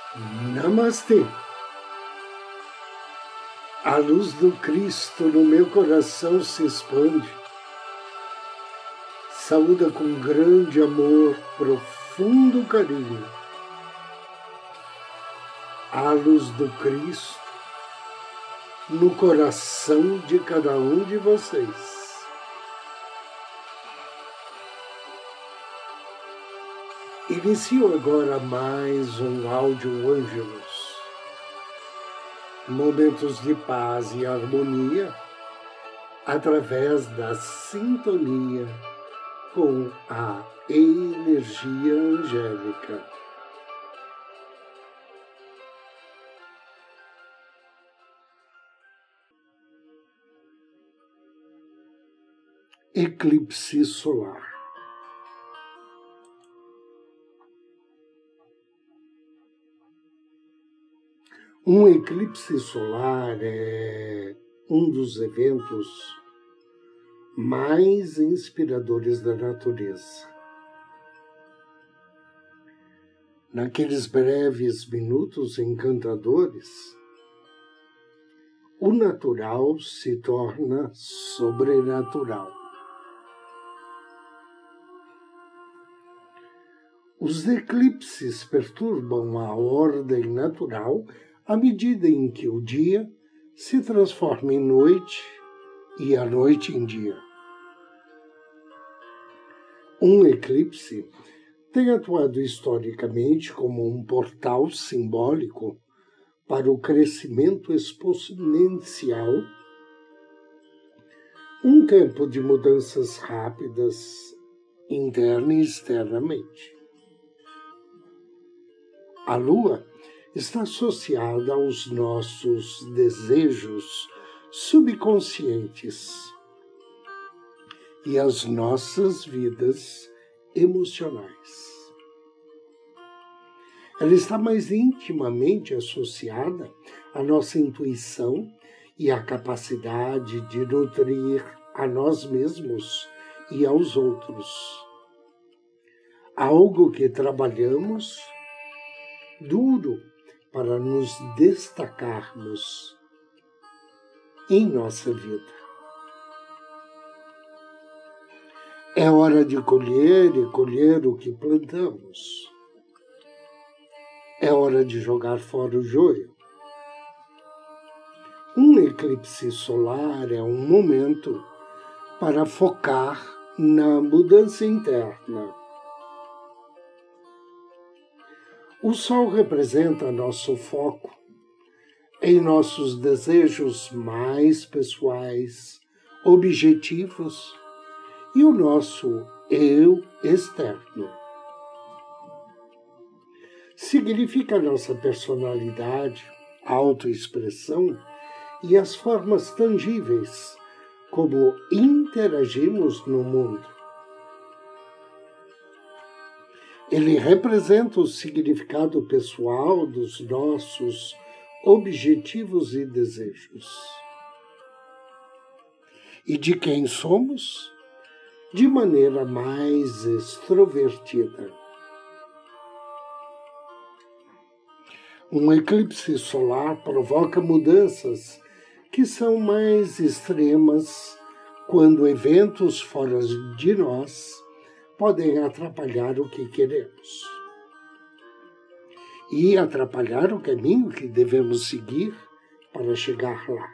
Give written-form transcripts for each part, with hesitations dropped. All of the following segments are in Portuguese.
Namastê! A luz do Cristo no meu coração se expande. Saúda com grande amor, profundo carinho. A luz do Cristo no coração de cada um de vocês. Inicio agora mais um áudio Ângelos. Momentos de paz e harmonia através da sintonia com a energia angélica. Eclipse solar. Um eclipse solar é um dos eventos mais inspiradores da natureza. Naqueles breves minutos encantadores, o natural se torna sobrenatural. Os eclipses perturbam a ordem natural à medida em que o dia se transforma em noite e a noite em dia. Um eclipse tem atuado historicamente como um portal simbólico para o crescimento exponencial, um tempo de mudanças rápidas, interna e externamente. A Lua está associada aos nossos desejos subconscientes e às nossas vidas emocionais. Ela está mais intimamente associada à nossa intuição e à capacidade de nutrir a nós mesmos e aos outros. Algo que trabalhamos duro para nos destacarmos em nossa vida. É hora de colher e colher o que plantamos. É hora de jogar fora o joio. Um eclipse solar é um momento para focar na mudança interna. O Sol representa nosso foco em nossos desejos mais pessoais, objetivos e o nosso eu externo. Significa nossa personalidade, autoexpressão e as formas tangíveis como interagimos no mundo. Ele representa o significado pessoal dos nossos objetivos e desejos. E de quem somos, de maneira mais extrovertida. Um eclipse solar provoca mudanças que são mais extremas quando eventos fora de nós podem atrapalhar o que queremos e atrapalhar o caminho que devemos seguir para chegar lá.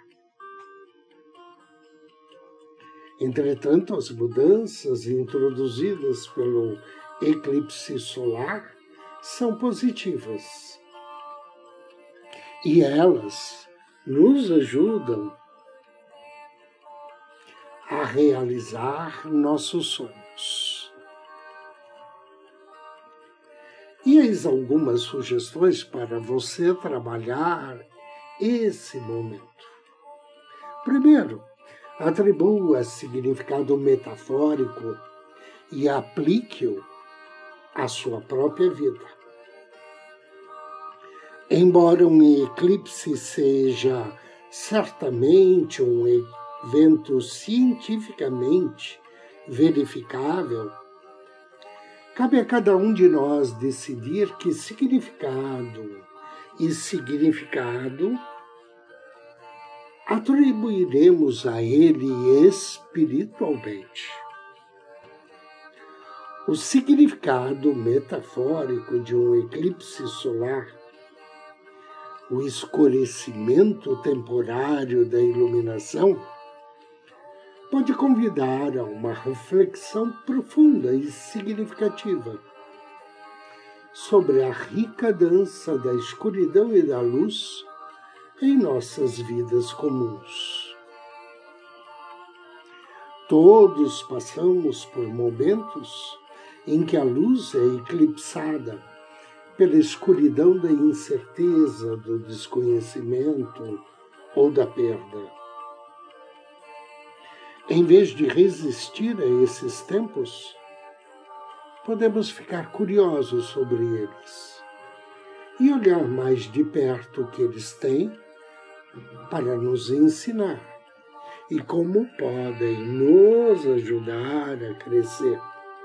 Entretanto, as mudanças introduzidas pelo eclipse solar são positivas e elas nos ajudam a realizar nossos sonhos. E eis algumas sugestões para você trabalhar esse momento. Primeiro, atribua significado metafórico e aplique-o à sua própria vida. Embora um eclipse seja certamente um evento cientificamente verificável, cabe a cada um de nós decidir que significado e significado, atribuiremos a ele espiritualmente. O significado metafórico de um eclipse solar, o escurecimento temporário da iluminação, pode convidar a uma reflexão profunda e significativa sobre a rica dança da escuridão e da luz em nossas vidas comuns. Todos passamos por momentos em que a luz é eclipsada pela escuridão da incerteza, do desconhecimento ou da perda. Em vez de resistir a esses tempos, podemos ficar curiosos sobre eles e olhar mais de perto o que eles têm para nos ensinar e como podem nos ajudar a crescer.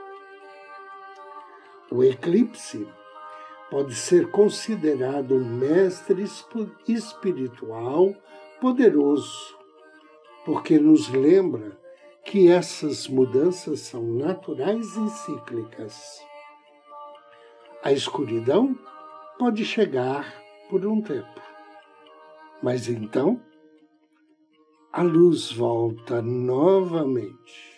O eclipse pode ser considerado um mestre espiritual poderoso, porque nos lembra que essas mudanças são naturais e cíclicas. A escuridão pode chegar por um tempo, mas então a luz volta novamente.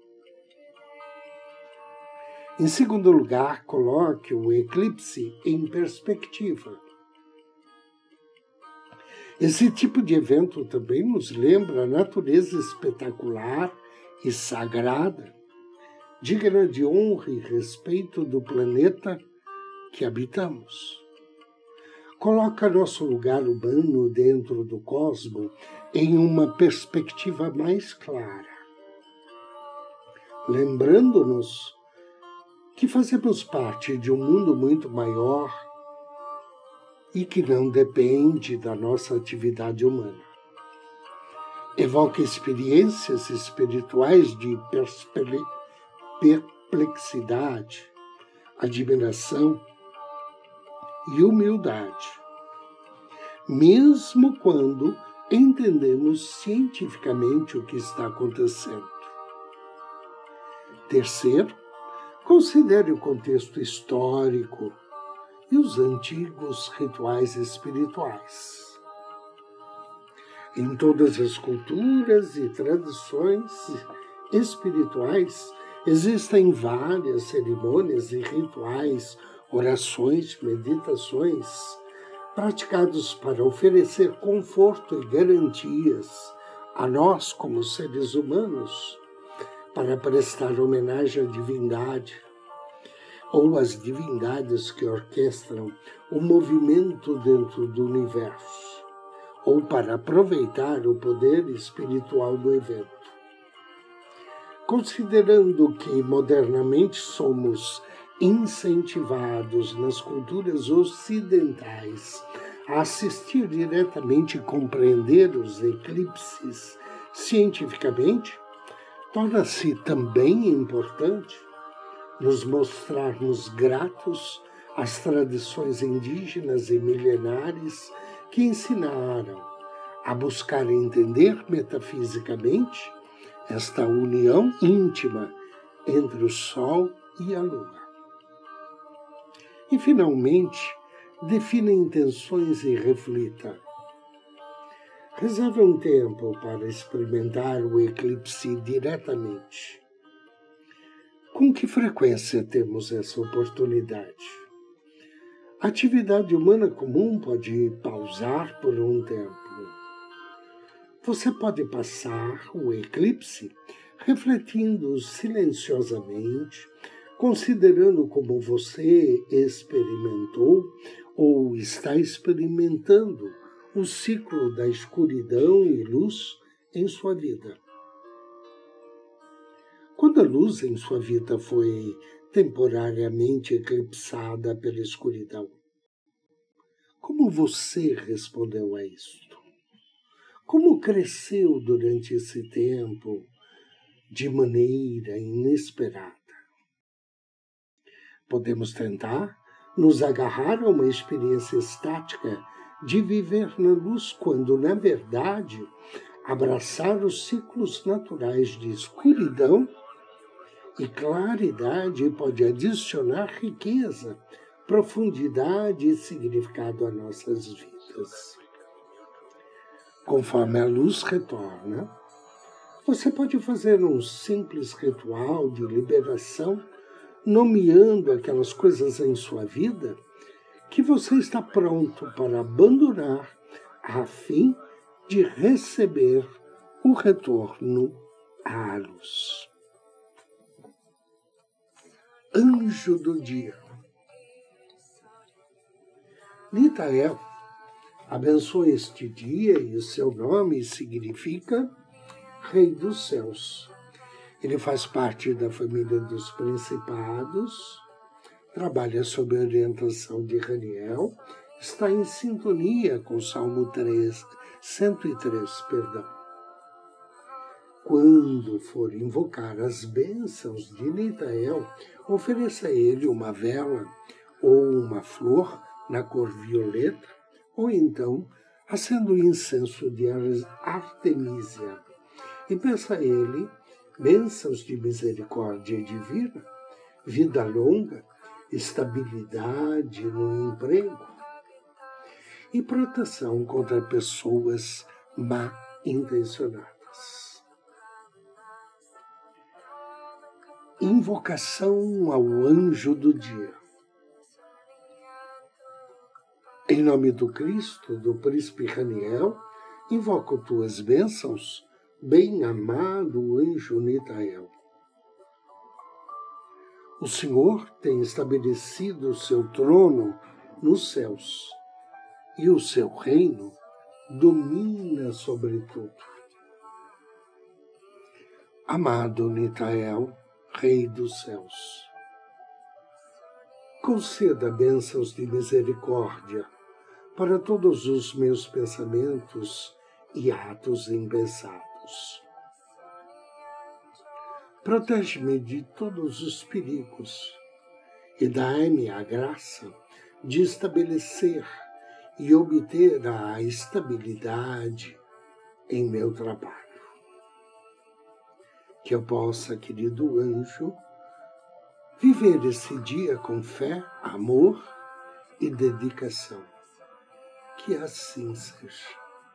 Em segundo lugar, coloque o eclipse em perspectiva. Esse tipo de evento também nos lembra a natureza espetacular e sagrada, digna de honra e respeito do planeta que habitamos. Coloca nosso lugar humano dentro do cosmos em uma perspectiva mais clara, lembrando-nos que fazemos parte de um mundo muito maior e que não depende da nossa atividade humana. Evoca experiências espirituais de perplexidade, admiração e humildade, mesmo quando entendemos cientificamente o que está acontecendo. Terceiro, considere o contexto histórico e os antigos rituais espirituais. Em todas as culturas e tradições espirituais, existem várias cerimônias e rituais, orações, meditações, praticados para oferecer conforto e garantias a nós como seres humanos, para prestar homenagem à divindade, ou às divindades que orquestram o movimento dentro do universo, ou para aproveitar o poder espiritual do evento. Considerando que modernamente somos incentivados nas culturas ocidentais a assistir diretamente e compreender os eclipses cientificamente, torna-se também importante nos mostrarmos gratos às tradições indígenas e milenares que ensinaram a buscar entender metafisicamente esta união íntima entre o Sol e a Lua. E, finalmente, defina intenções e reflita. Reserve um tempo para experimentar o eclipse diretamente. Com que frequência temos essa oportunidade? A atividade humana comum pode pausar por um tempo. Você pode passar o eclipse refletindo silenciosamente, considerando como você experimentou ou está experimentando o ciclo da escuridão e luz em sua vida. Quando a luz em sua vida foi temporariamente eclipsada pela escuridão, como você respondeu a isto? Como cresceu durante esse tempo de maneira inesperada? Podemos tentar nos agarrar a uma experiência estática de viver na luz, quando, na verdade, abraçar os ciclos naturais de escuridão e claridade pode adicionar riqueza, profundidade e significado a nossas vidas. Conforme a luz retorna, você pode fazer um simples ritual de liberação, nomeando aquelas coisas em sua vida que você está pronto para abandonar a fim de receber o retorno à luz. Anjo do dia. Nitael abençoa este dia e o seu nome significa Rei dos Céus. Ele faz parte da família dos principados, trabalha sob a orientação de Raniel, está em sintonia com o Salmo 103. Quando for invocar as bênçãos de Nitael, ofereça a ele uma vela ou uma flor na cor violeta, ou então acenda o incenso de Artemísia e peça a ele bênçãos de misericórdia divina, vida longa, estabilidade no emprego e proteção contra pessoas mal intencionadas. Invocação ao anjo do dia. Em nome do Cristo, do príncipe Raniel, invoco tuas bênçãos, bem-amado anjo Nitael. O Senhor tem estabelecido o seu trono nos céus, e o seu reino domina sobre tudo. Amado Nitael, Rei dos céus, conceda bênçãos de misericórdia para todos os meus pensamentos e atos impensados. Protege-me de todos os perigos e dai-me a graça de estabelecer e obter a estabilidade em meu trabalho. Que eu possa, querido anjo, viver esse dia com fé, amor e dedicação. Que assim seja.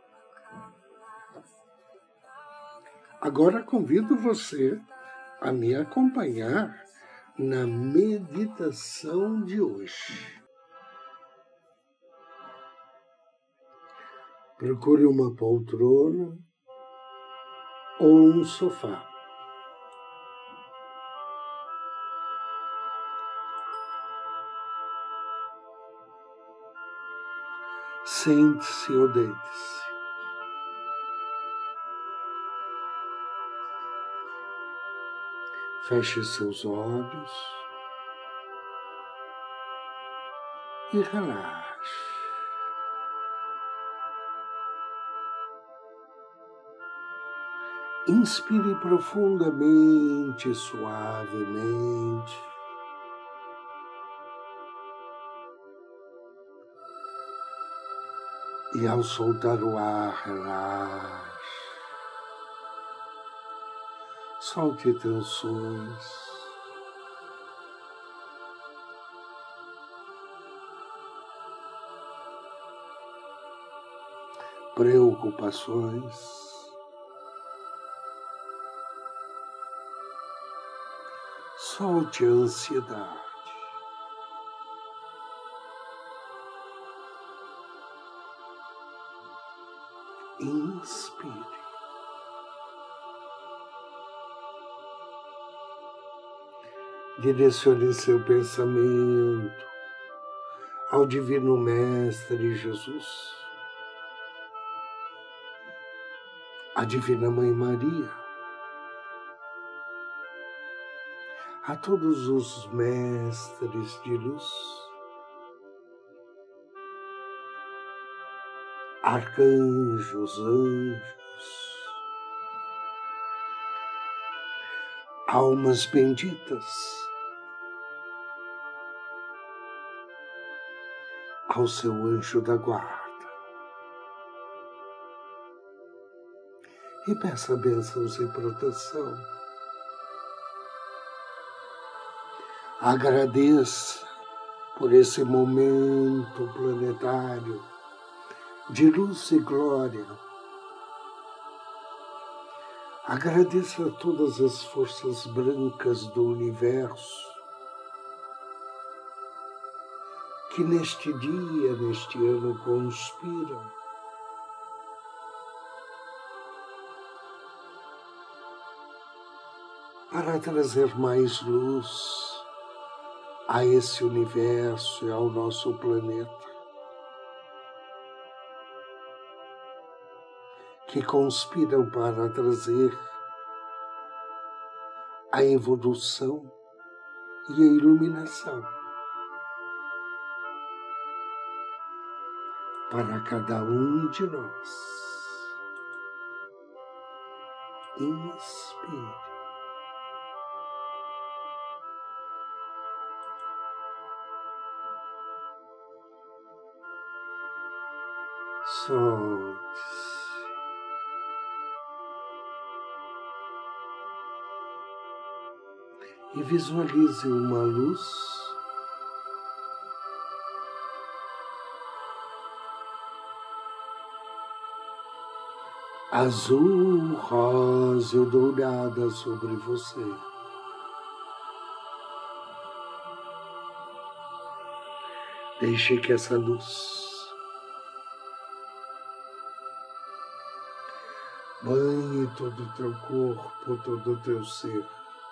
Agora convido você a me acompanhar na meditação de hoje. Procure uma poltrona ou um sofá. Sente-se ou deite-se. Feche seus olhos e relaxe. Inspire profundamente, suavemente. E ao soltar o ar, relaxe. Solte tensões. Preocupações. Solte a ansiedade. Inspire. Direcione seu pensamento ao Divino Mestre Jesus, à Divina Mãe Maria, a todos os mestres de luz, arcanjos, anjos, almas benditas, ao seu anjo da guarda e peça bênçãos e proteção. Agradeça por esse momento planetário de luz e glória. Agradeça a todas as forças brancas do universo que neste dia, neste ano, conspiram para trazer mais luz a esse universo e ao nosso planeta, que conspiram para trazer a evolução e a iluminação para cada um de nós. Inspire. Solte-se. E visualize uma luz azul, rosa ou dourada sobre você. Deixe que essa luz banhe todo o teu corpo, todo o teu ser.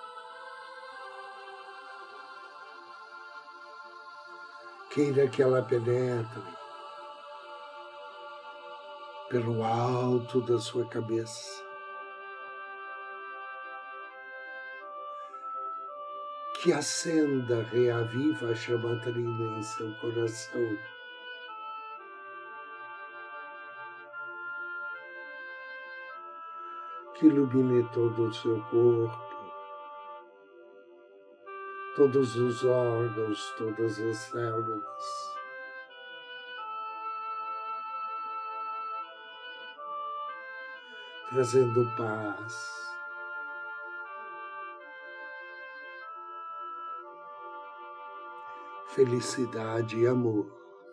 Queira que ela penetre pelo alto da sua cabeça, que acenda, reaviva a chama trina em seu coração, que ilumine todo o seu corpo, todos os órgãos, todas as células. Trazendo paz, felicidade e amor.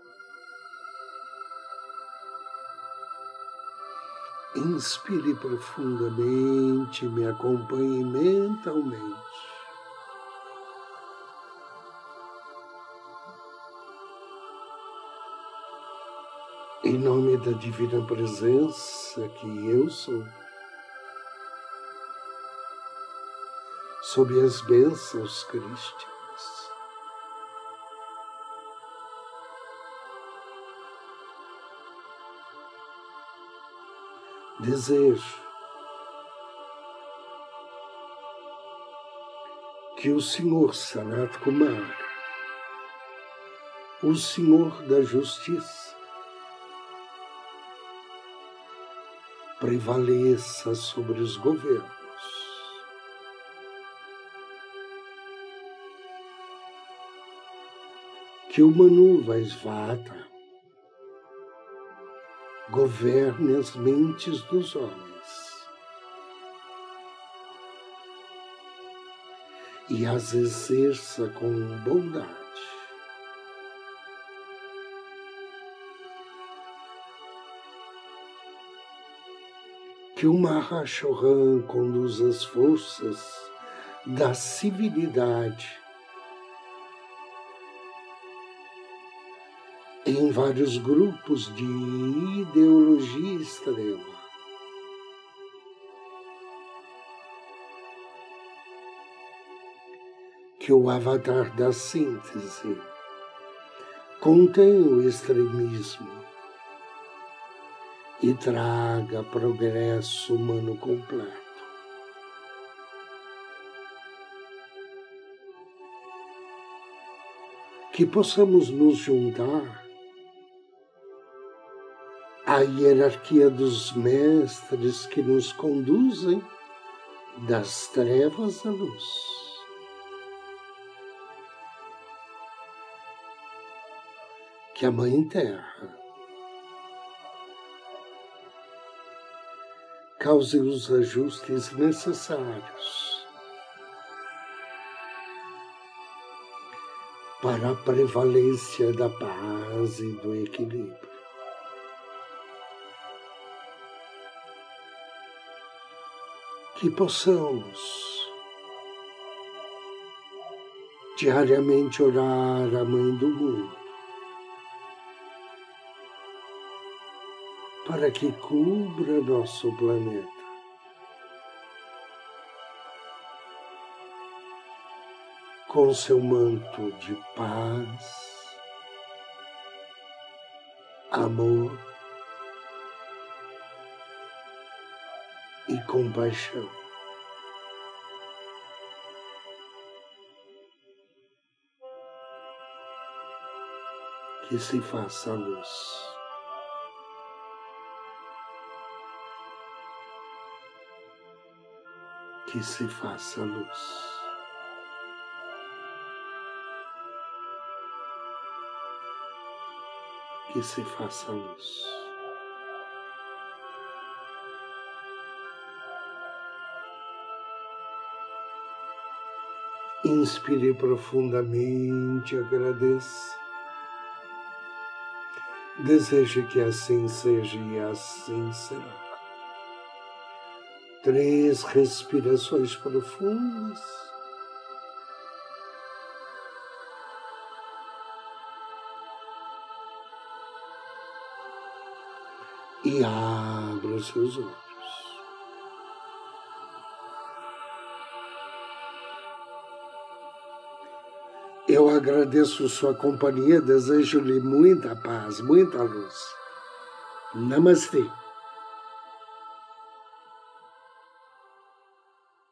Inspire profundamente, me acompanhe mentalmente. Em nome da Divina Presença que eu sou, sob as bênçãos crísticas, desejo que o Senhor Sanat Kumara, o Senhor da Justiça, prevaleça sobre os governos, que o Manu Vaisvata governe as mentes dos homens e as exerça com bondade. Que o Mahashohan conduza as forças da civilidade em vários grupos de ideologia extrema. Que o avatar da síntese contenha o extremismo e traga progresso humano completo. Que possamos nos juntar à hierarquia dos mestres que nos conduzem das trevas à luz. que a Mãe Terra cause os ajustes necessários para a prevalência da paz e do equilíbrio. Que possamos diariamente orar à Mãe do Mundo para que cubra nosso planeta com seu manto de paz, amor e compaixão. Que se faça luz. Que se faça luz. Que se faça luz. Inspire profundamente, agradeça. Deseje que assim seja e assim será. 3 respirações profundas. E abra os seus olhos. Eu agradeço sua companhia, desejo-lhe muita paz, muita luz. Namastê.